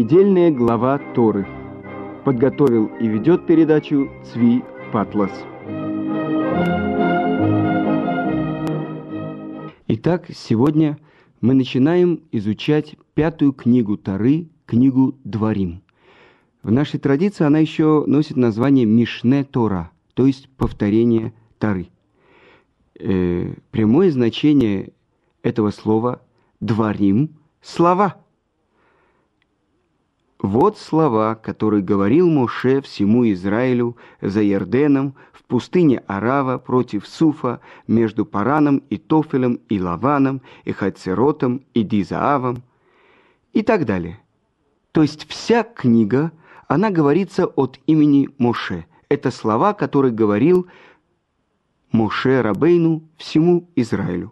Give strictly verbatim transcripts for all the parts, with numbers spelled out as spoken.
Недельная глава Торы. Подготовил и ведет передачу Цви Патлас. Итак, сегодня мы начинаем изучать пятую книгу Торы, книгу Дворим. В нашей традиции она еще носит название Мишне Тора, то есть повторение Торы. Э, прямое значение этого слова «дворим» – слова. Вот слова, которые говорил Моше всему Израилю за Ярденом в пустыне Арава против Суфа между Параном и Тофелем и Лаваном и Хацеротом и Дизаавом и так далее. То есть вся книга, она говорится от имени Моше. Это слова, которые говорил Моше Рабейну всему Израилю.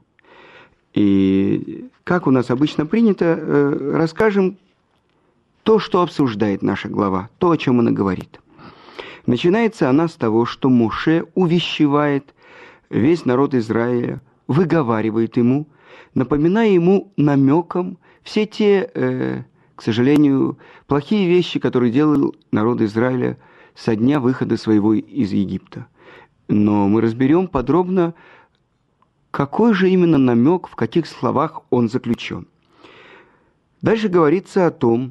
И как у нас обычно принято, расскажем то, что обсуждает наша глава, то, о чем она говорит. Начинается она с того, что Моше увещевает весь народ Израиля, выговаривает ему, напоминая ему намеком все те, э, к сожалению, плохие вещи, которые делал народ Израиля со дня выхода своего из Египта. Но мы разберем подробно, какой же именно намек, в каких словах он заключен. Дальше говорится о том,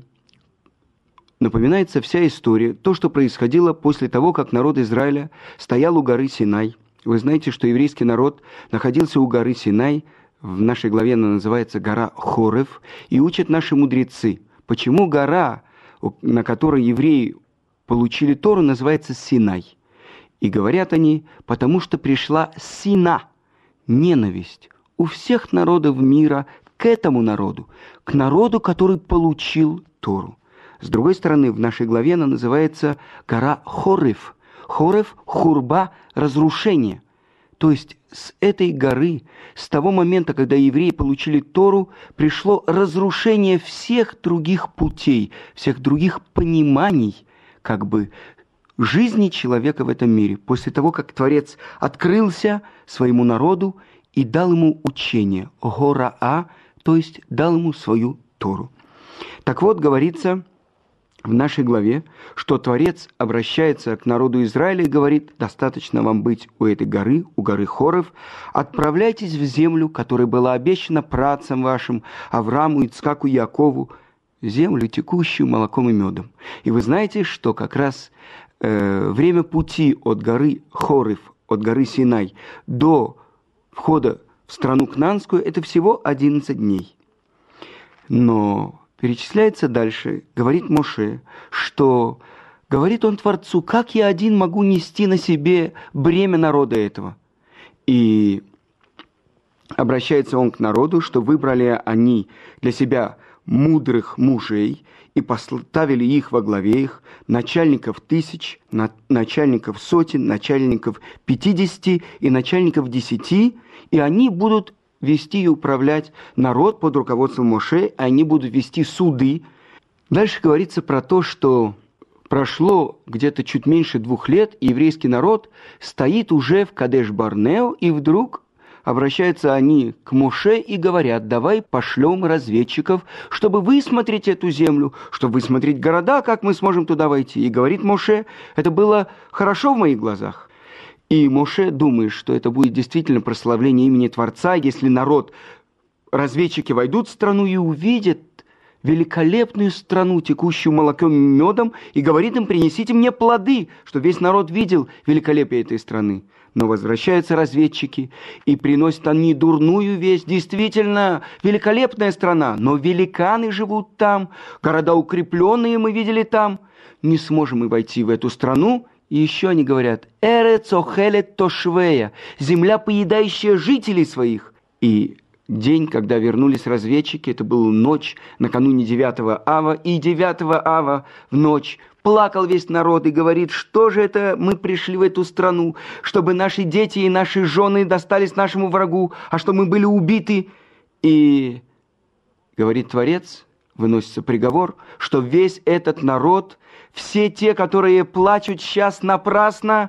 напоминается вся история, то, что происходило после того, как народ Израиля стоял у горы Синай. Вы знаете, что еврейский народ находился у горы Синай, в нашей главе она называется гора Хорев, и учат наши мудрецы, почему гора, на которой евреи получили Тору, называется Синай. И говорят они, потому что пришла сина, ненависть у всех народов мира к этому народу, к народу, который получил Тору. С другой стороны, в нашей главе она называется гора Хорев. Хорев – хурба, разрушение. То есть с этой горы, с того момента, когда евреи получили Тору, пришло разрушение всех других путей, всех других пониманий, как бы, жизни человека в этом мире. После того, как Творец открылся своему народу и дал ему учение, Гора-А, то есть дал ему свою Тору. Так вот, говорится в нашей главе, что Творец обращается к народу Израиля и говорит: достаточно вам быть у этой горы, у горы Хорев, отправляйтесь в землю, которая была обещана працам вашим, Аврааму, Ицхаку, Якову, землю, текущую молоком и медом. И вы знаете, что как раз э, время пути от горы Хорев, от горы Синай, до входа в страну Кнаанскую, это всего одиннадцать дней. Но перечисляется дальше, говорит Моше, что, говорит он Творцу, как я один могу нести на себе бремя народа этого? И обращается он к народу, что выбрали они для себя мудрых мужей и поставили их во главе их, начальников тысяч, начальников сотен, начальников пятидесяти и начальников десяти, и они будут вести и управлять народ под руководством Моше, они будут вести суды. Дальше говорится про то, что прошло где-то чуть меньше двух лет, и еврейский народ стоит уже в Кадеш-Барнео, и вдруг обращаются они к Моше и говорят: давай пошлем разведчиков, чтобы высмотреть эту землю, чтобы высмотреть города, как мы сможем туда войти. И говорит Моше: это было хорошо в моих глазах. И Моше думает, что это будет действительно прославление имени Творца, если народ, разведчики войдут в страну и увидят великолепную страну, текущую молоком и медом, и говорит им: принесите мне плоды, чтобы весь народ видел великолепие этой страны. Но возвращаются разведчики, и приносят они дурную весть. Действительно, великолепная страна, но великаны живут там, города укрепленные мы видели там. Не сможем мы войти в эту страну. И еще они говорят: «Эрец охелет тошвея», земля, поедающая жителей своих. И день, когда вернулись разведчики, это была ночь накануне девятого ава, и девятого ава в ночь плакал весь народ и говорит: что же это мы пришли в эту страну, чтобы наши дети и наши жены достались нашему врагу, а что мы были убиты. И говорит Творец, выносится приговор, что весь этот народ, все те, которые плачут сейчас напрасно,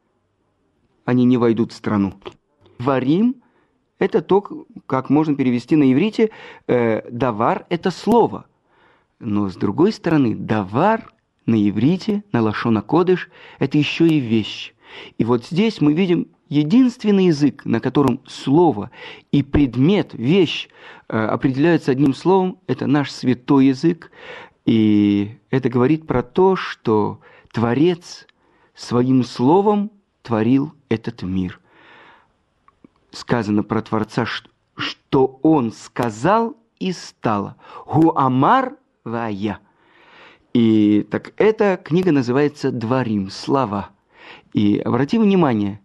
они не войдут в страну. Дворим – это то, как можно перевести на иврите. Э, давар – это слово. Но с другой стороны, давар на иврите, на лашон а-кодеш, это еще и вещь. И вот здесь мы видим единственный язык, на котором слово и предмет, вещь э, определяются одним словом, это наш святой язык. И это говорит про то, что Творец своим словом творил этот мир. Сказано про Творца, что Он сказал и стало. Гу амар вая. И так эта книга называется «Дворим», «Слова». И обратим внимание,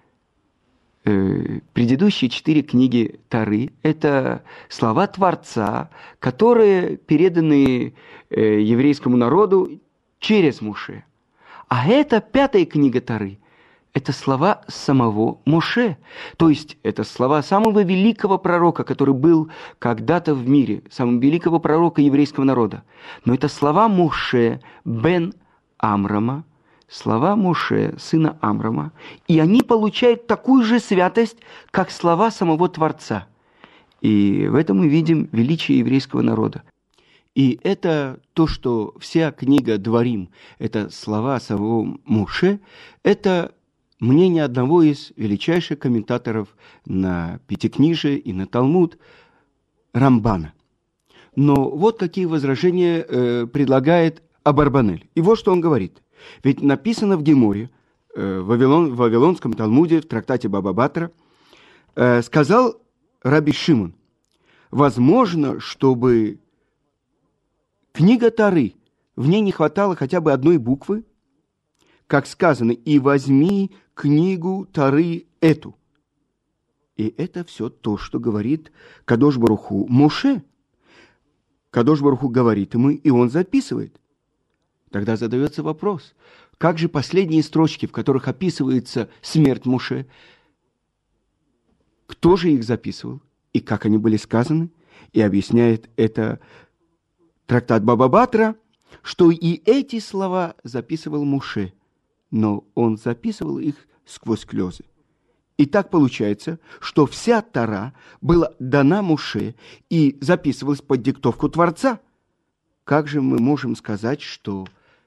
э, предыдущие четыре книги Торы – это слова Творца, которые переданы э, еврейскому народу через Моше. А эта пятая книга Торы – это слова самого Моше. То есть это слова самого великого пророка, который был когда-то в мире, самого великого пророка еврейского народа. Но это слова Моше бен Амрама, слова Моше, сына Амрама, и они получают такую же святость, как слова самого Творца. И в этом мы видим величие еврейского народа. И это то, что вся книга Дворим, это слова самого Моше, это мнение одного из величайших комментаторов на Пятикнижие и на Талмуд, Рамбана. Но вот какие возражения э, предлагает Абарбанель. И вот что он говорит. Ведь написано в Геморе, э, в, Вавилон, в Вавилонском Талмуде, в трактате Баба Батра, э, сказал Раби Шимон, возможно, чтобы книга Торы, в ней не хватало хотя бы одной буквы, как сказано, «И возьми книгу Торы эту». И это все то, что говорит Кадош Барух Ху Моше. Кадош Барух Ху говорит ему, и он записывает. Тогда задается вопрос, как же последние строчки, в которых описывается смерть Моше, кто же их записывал и как они были сказаны? И объясняет это трактат Баба Батра, что и эти слова записывал Моше, но он записывал их сквозь слезы. И так получается, что вся Тора была дана Моше и записывалась под диктовку Творца. Как же мы можем сказать, что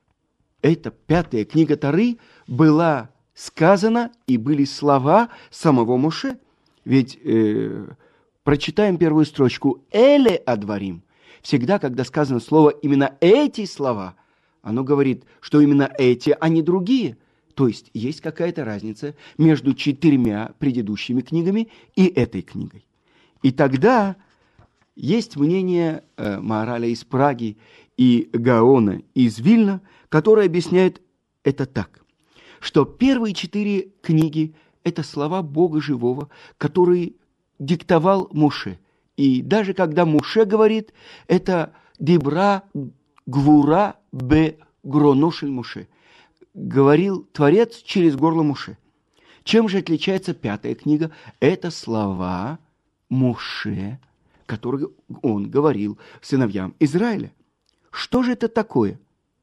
эта пятая книга Торы была сказана и были слова самого Моше? Ведь э, прочитаем первую строчку «Эле адварим». Всегда, когда сказано слово именно эти слова, оно говорит, что именно эти, а не другие. То есть есть какая-то разница между четырьмя предыдущими книгами и этой книгой. И тогда есть мнение э, Маораля из Праги и Гаона из Вильна, которые объясняют это так, что первые четыре книги – это слова Бога живого, который диктовал Моше. И даже когда Моше говорит, это «дибра гвура бе гроношель Моше», говорил Творец через горло Моше. Чем же отличается пятая книга? Это слова Моше, которые он говорил сыновьям Израиля. Что же это такое?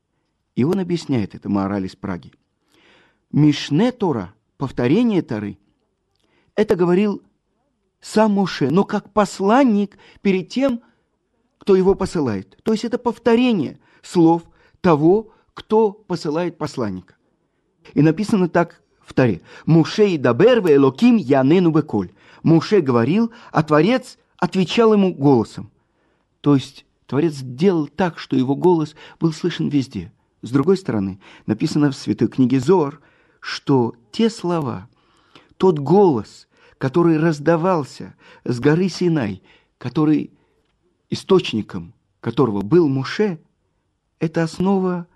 И он объясняет это, Маораль из Праги. Мишне Тора, повторение Торы, это говорил сам Моше, но как посланник перед тем, кто его посылает. То есть это повторение слов того, кто посылает посланника. И написано так в Торе. Моше и дабер ве элоким янену беколь. Моше говорил, а Творец отвечал ему голосом. То есть Творец делал так, что его голос был слышен везде. С другой стороны, написано в Святой книге Зоар, что те слова, тот голос, который раздавался с горы Синай, который источником которого был Моше, это основа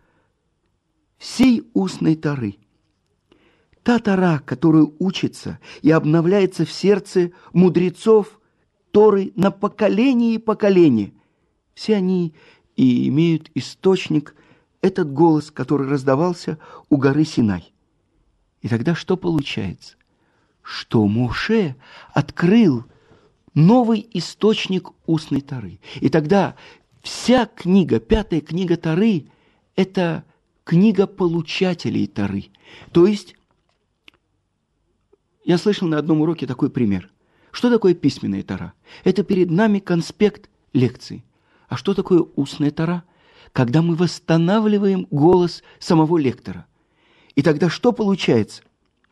всей устной Торы. Та Тора, которая учится и обновляется в сердце мудрецов Торы на поколение и поколение, все они и имеют источник, этот голос, который раздавался у горы Синай. И тогда что получается? Что Моше открыл новый источник устной Торы. И тогда вся книга, пятая книга Торы, это книга получателей Торы. То есть, я слышал на одном уроке такой пример. Что такое письменная Тора? Это перед нами конспект лекции. А что такое устная Тора? когда мы восстанавливаем голос самого лектора. И тогда что получается?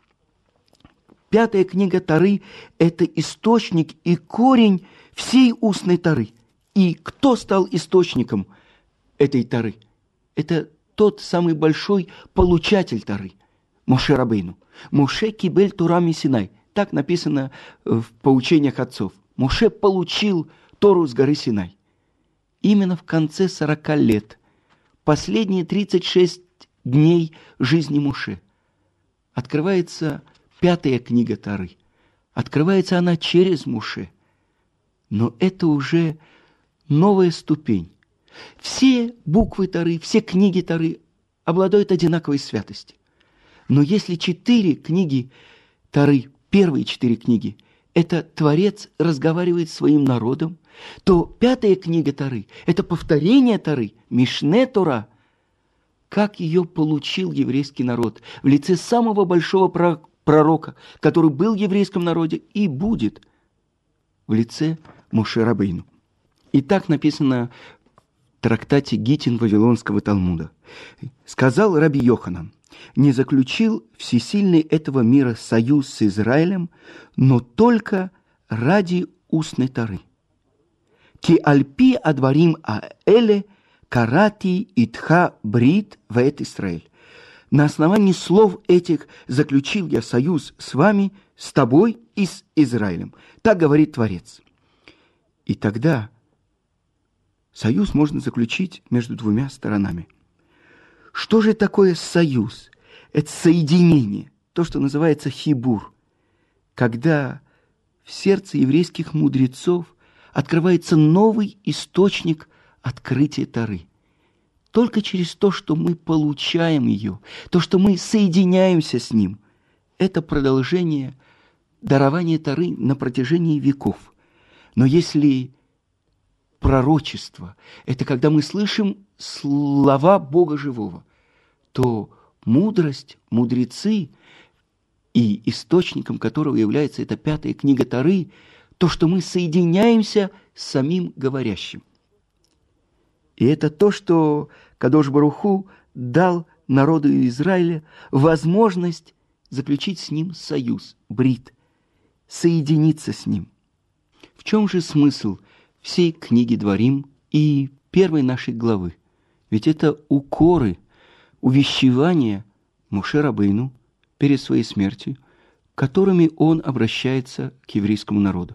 Пятая книга Торы – это источник и корень всей устной Торы. И кто стал источником этой Торы? Это тот самый большой получатель Торы – Моше Рабейну. Моше кибель Тора ми-Синай. Так написано в поучениях отцов. Моше получил Тору с горы Синай. Именно в конце сорока лет, последние тридцать шесть дней жизни Моше, открывается пятая книга Торы. Открывается она через Моше. Но это уже новая ступень. Все буквы Торы, все книги Торы обладают одинаковой святостью. Но если четыре книги Торы, первые четыре книги, это Творец разговаривает с своим народом, то пятая книга Торы – это повторение Торы, Мишне Тора, как ее получил еврейский народ в лице самого большого пророка, который был в еврейском народе и будет в лице Моше Рабейну. И так написано в трактате Гитин Вавилонского Талмуда. «Сказал Раби Йоханан: не заключил всесильный этого мира союз с Израилем, но только ради устной Торы. Ки альпи адварим аэле карати итха брит ваэт Исраэль. На основании слов этих заключил я союз с вами, с тобой и с Израилем». Так говорит Творец. И тогда союз можно заключить между двумя сторонами. Что же такое союз? Это соединение, то, что называется хибур, когда в сердце еврейских мудрецов открывается новый источник открытия Торы. Только через то, что мы получаем ее, то, что мы соединяемся с ним, это продолжение дарования Торы на протяжении веков. Но если пророчество – это когда мы слышим слова Бога живого, то мудрость, мудрецы, и источником которого является эта пятая книга Торы, то, что мы соединяемся с самим говорящим. И это то, что Кадош Барух Ху дал народу Израиля возможность заключить с ним союз, брит, соединиться с ним. В чем же смысл всей книги Дворим и первой нашей главы? Ведь это укоры, увещевания Моше Рабейну перед своей смертью, которыми он обращается к еврейскому народу.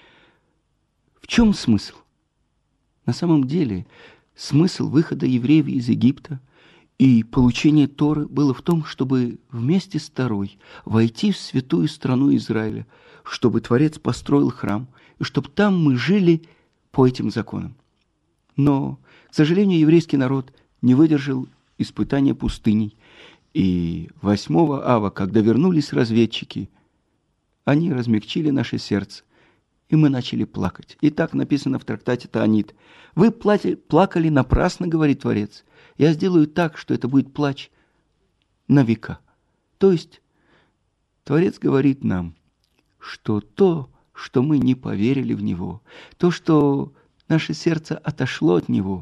В чем смысл? На самом деле, смысл выхода евреев из Египта и получения Торы было в том, чтобы вместе с Торой войти в святую страну Израиля, чтобы Творец построил храм, и чтобы там мы жили по этим законам. Но, к сожалению, еврейский народ не выдержал испытания пустыней, и восьмого ава, когда вернулись разведчики, они размягчили наше сердце, и мы начали плакать. И так написано в трактате Таанит. «Вы плакали напрасно, — говорит Творец. Я сделаю так, что это будет плач на века». То есть Творец говорит нам, что то, что мы не поверили в Него, то, что наше сердце отошло от Него,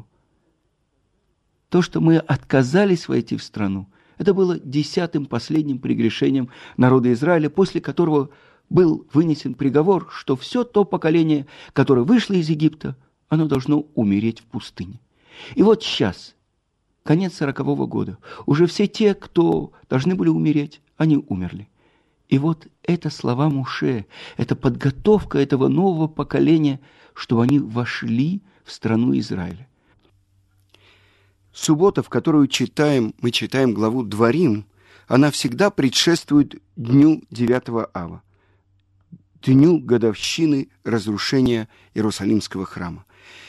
то, что мы отказались войти в страну, это было десятым последним прегрешением народа Израиля, после которого был вынесен приговор, что все то поколение, которое вышло из Египта, оно должно умереть в пустыне. И вот сейчас, конец сорокового года, уже все те, кто должны были умереть, они умерли. И вот это слова Моше, это подготовка этого нового поколения, чтобы они вошли в страну Израиля. Суббота, в которую читаем, мы читаем главу Дворим, она всегда предшествует дню девятого ава, дню годовщины разрушения Иерусалимского храма.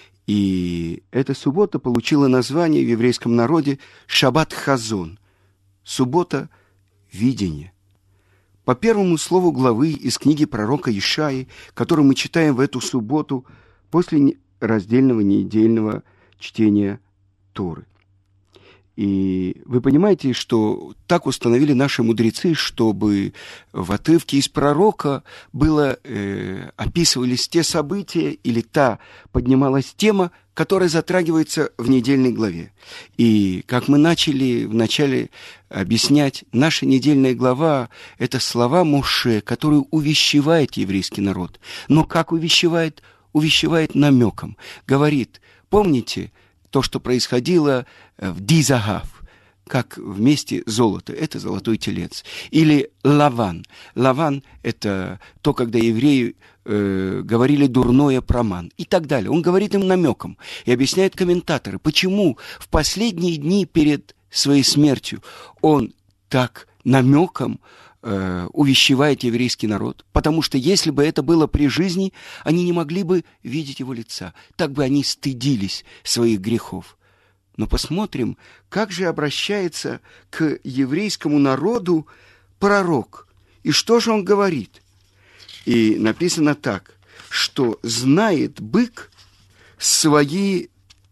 И эта суббота получила название в еврейском народе Шаббат Хазон, суббота видения. По первому слову главы из книги пророка Ишаи, которую мы читаем в эту субботу после раздельного недельного чтения Торы. И вы понимаете, что так установили наши мудрецы, чтобы в отрывке из пророка было, э, описывались те события или та поднималась тема, которая затрагивается в недельной главе. И, как мы начали вначале объяснять, наша недельная глава – это слова Моше, которые увещевает еврейский народ. Но как увещевает? Увещевает намеком. Говорит, помните то, что происходило в Дизагав, как вместе золото, это золотой телец. Или Лаван. Лаван – это то, когда евреи э, говорили дурное про ман и так далее. Он говорит им намеком и объясняет комментаторы, почему в последние дни перед своей смертью он так намеком э, увещевает еврейский народ. Потому что если бы это было при жизни, они не могли бы видеть его лица. Так бы они стыдились своих грехов. Но посмотрим, как же обращается к еврейскому народу пророк. И что же он говорит? И написано так, что знает бык свои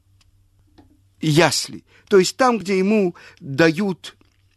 ясли. То есть там, где ему дают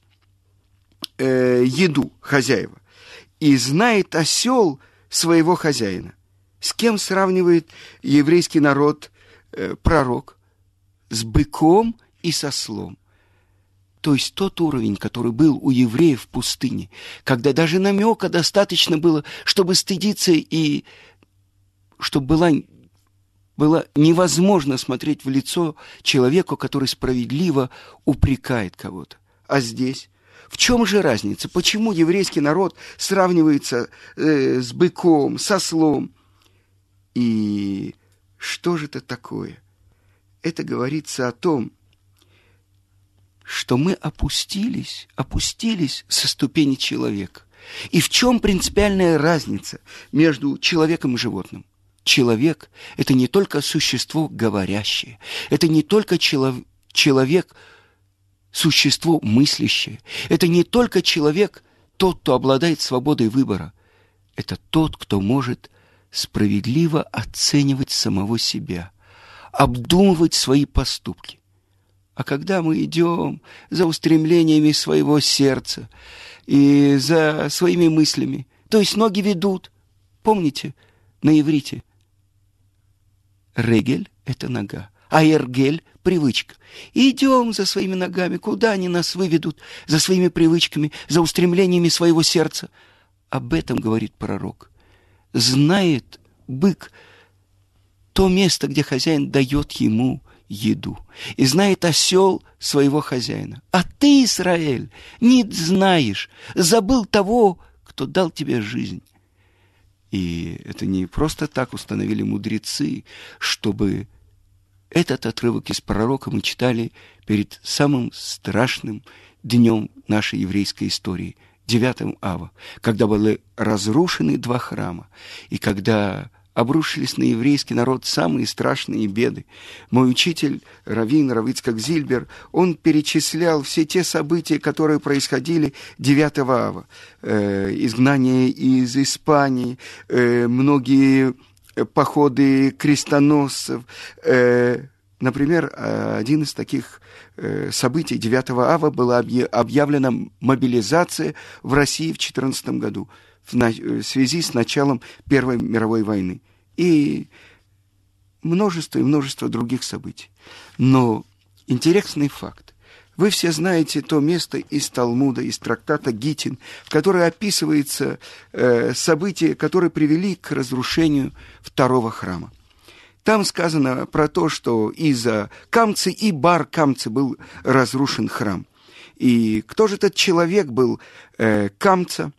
э, еду хозяева. И знает осел своего хозяина. С кем сравнивает еврейский народ э, пророк? С быком и с ослом. То есть тот уровень, который был у евреев в пустыне, когда даже намека достаточно было, чтобы стыдиться и чтобы было, было невозможно смотреть в лицо человеку, который справедливо упрекает кого-то. А здесь? В чем же разница? Почему еврейский народ сравнивается э, с быком, с ослом? И что же это такое? Это говорится о том, что мы опустились, опустились со ступени человека. И в чем принципиальная разница между человеком и животным? Человек – это не только существо говорящее, это не только челов- человек, существо мыслящее, это не только человек, тот, кто обладает свободой выбора, это тот, кто может справедливо оценивать самого себя, обдумывать свои поступки. А когда мы идем за устремлениями своего сердца и за своими мыслями, то есть ноги ведут, помните, на иврите, регель – это нога, а эргель – привычка. И идем за своими ногами, куда они нас выведут, за своими привычками, за устремлениями своего сердца. Об этом говорит пророк. Знает бык то место, где хозяин дает ему еду. И знает осел своего хозяина. А ты, Израиль, не знаешь, забыл того, кто дал тебе жизнь. И это не просто так установили мудрецы, чтобы этот отрывок из пророка мы читали перед самым страшным днем нашей еврейской истории, девятым ава, когда были разрушены два храма, и когда обрушились на еврейский народ самые страшные беды. Мой учитель, раввин Рав Ицхак Зильбер, он перечислял все те события, которые происходили девятого ава. Э, изгнание из Испании, э, многие походы крестоносцев. Э, например, один из таких э, событий девятого ава была объявлена мобилизация в России в четырнадцатом году в, на, в связи с началом Первой мировой войны. И множество и множество других событий. Но интересный факт. Вы все знаете то место из Талмуда, из трактата Гитин, в котором описывается э, события, которые привели к разрушению второго храма. Там сказано про то, что из-за Камцы и бар Камцы был разрушен храм. И кто же этот человек был э, Камца?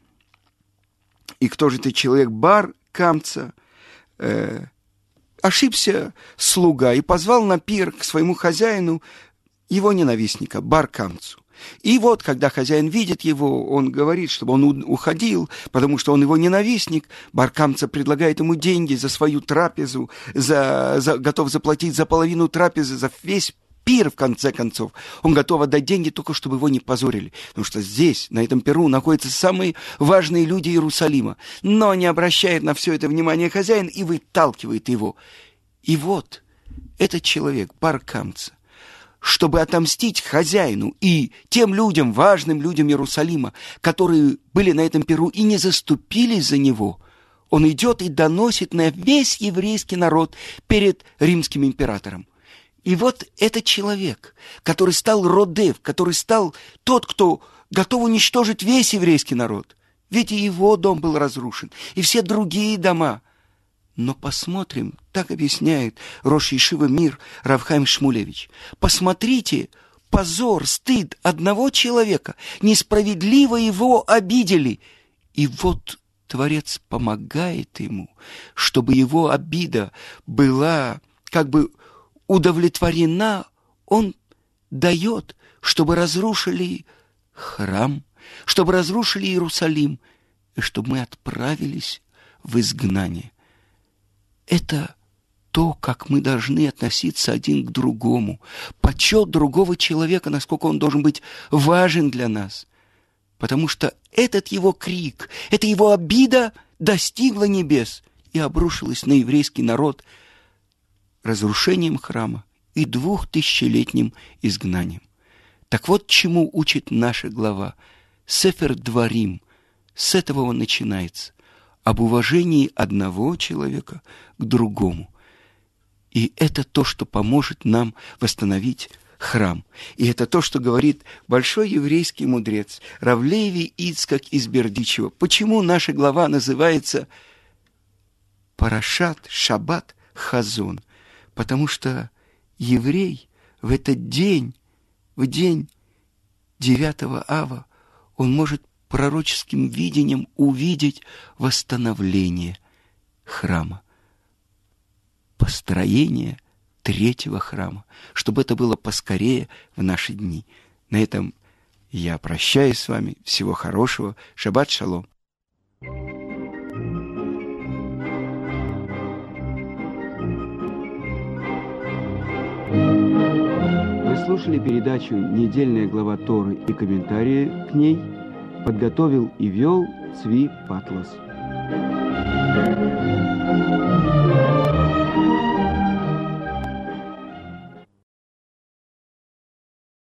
И кто же этот человек бар Камца? Э, ошибся слуга и позвал на пир к своему хозяину его ненавистника, бар Камцу. И вот, когда хозяин видит его, он говорит, чтобы он уходил, потому что он его ненавистник. Бар Камца предлагает ему деньги за свою трапезу, за, за, готов заплатить за половину трапезы, за весь пир, в конце концов. Он готов отдать деньги только, чтобы его не позорили. Потому что здесь, на этом пиру, находятся самые важные люди Иерусалима. Но не обращает на все это внимание хозяин и выталкивает его. И вот этот человек, бар Камца, чтобы отомстить хозяину и тем людям, важным людям Иерусалима, которые были на этом пиру и не заступились за него, он идет и доносит на весь еврейский народ перед римским императором. И вот этот человек, который стал Родев, который стал тот, кто готов уничтожить весь еврейский народ. Ведь и его дом был разрушен, и все другие дома. Но посмотрим, так объясняет рош ешивы Мир Рав Хаим Шмулевич. Посмотрите, позор, стыд одного человека. Несправедливо его обидели. И вот Творец помогает ему, чтобы его обида была как бы удовлетворена. Он дает, чтобы разрушили храм, чтобы разрушили Иерусалим, и чтобы мы отправились в изгнание. Это то, как мы должны относиться один к другому. Почет другого человека, насколько он должен быть важен для нас. Потому что этот его крик, эта его обида достигла небес и обрушилась на еврейский народ разрушением храма и двухтысячелетним изгнанием. Так вот, чему учит наша глава. Сефер Дворим. С этого он начинается. Об уважении одного человека к другому. И это то, что поможет нам восстановить храм. И это то, что говорит большой еврейский мудрец Рав Леви Ицхак из Бердичева. Почему наша глава называется Парашат Шаббат Хазон? Потому что еврей в этот день, в день девятого ава, он может пророческим видением увидеть восстановление храма, построение третьего храма, чтобы это было поскорее в наши дни. На этом я прощаюсь с вами. Всего хорошего. Шаббат шалом. Вы слушали передачу «Недельная глава Торы» и комментарии к ней. Подготовил и вел Цви Патлас.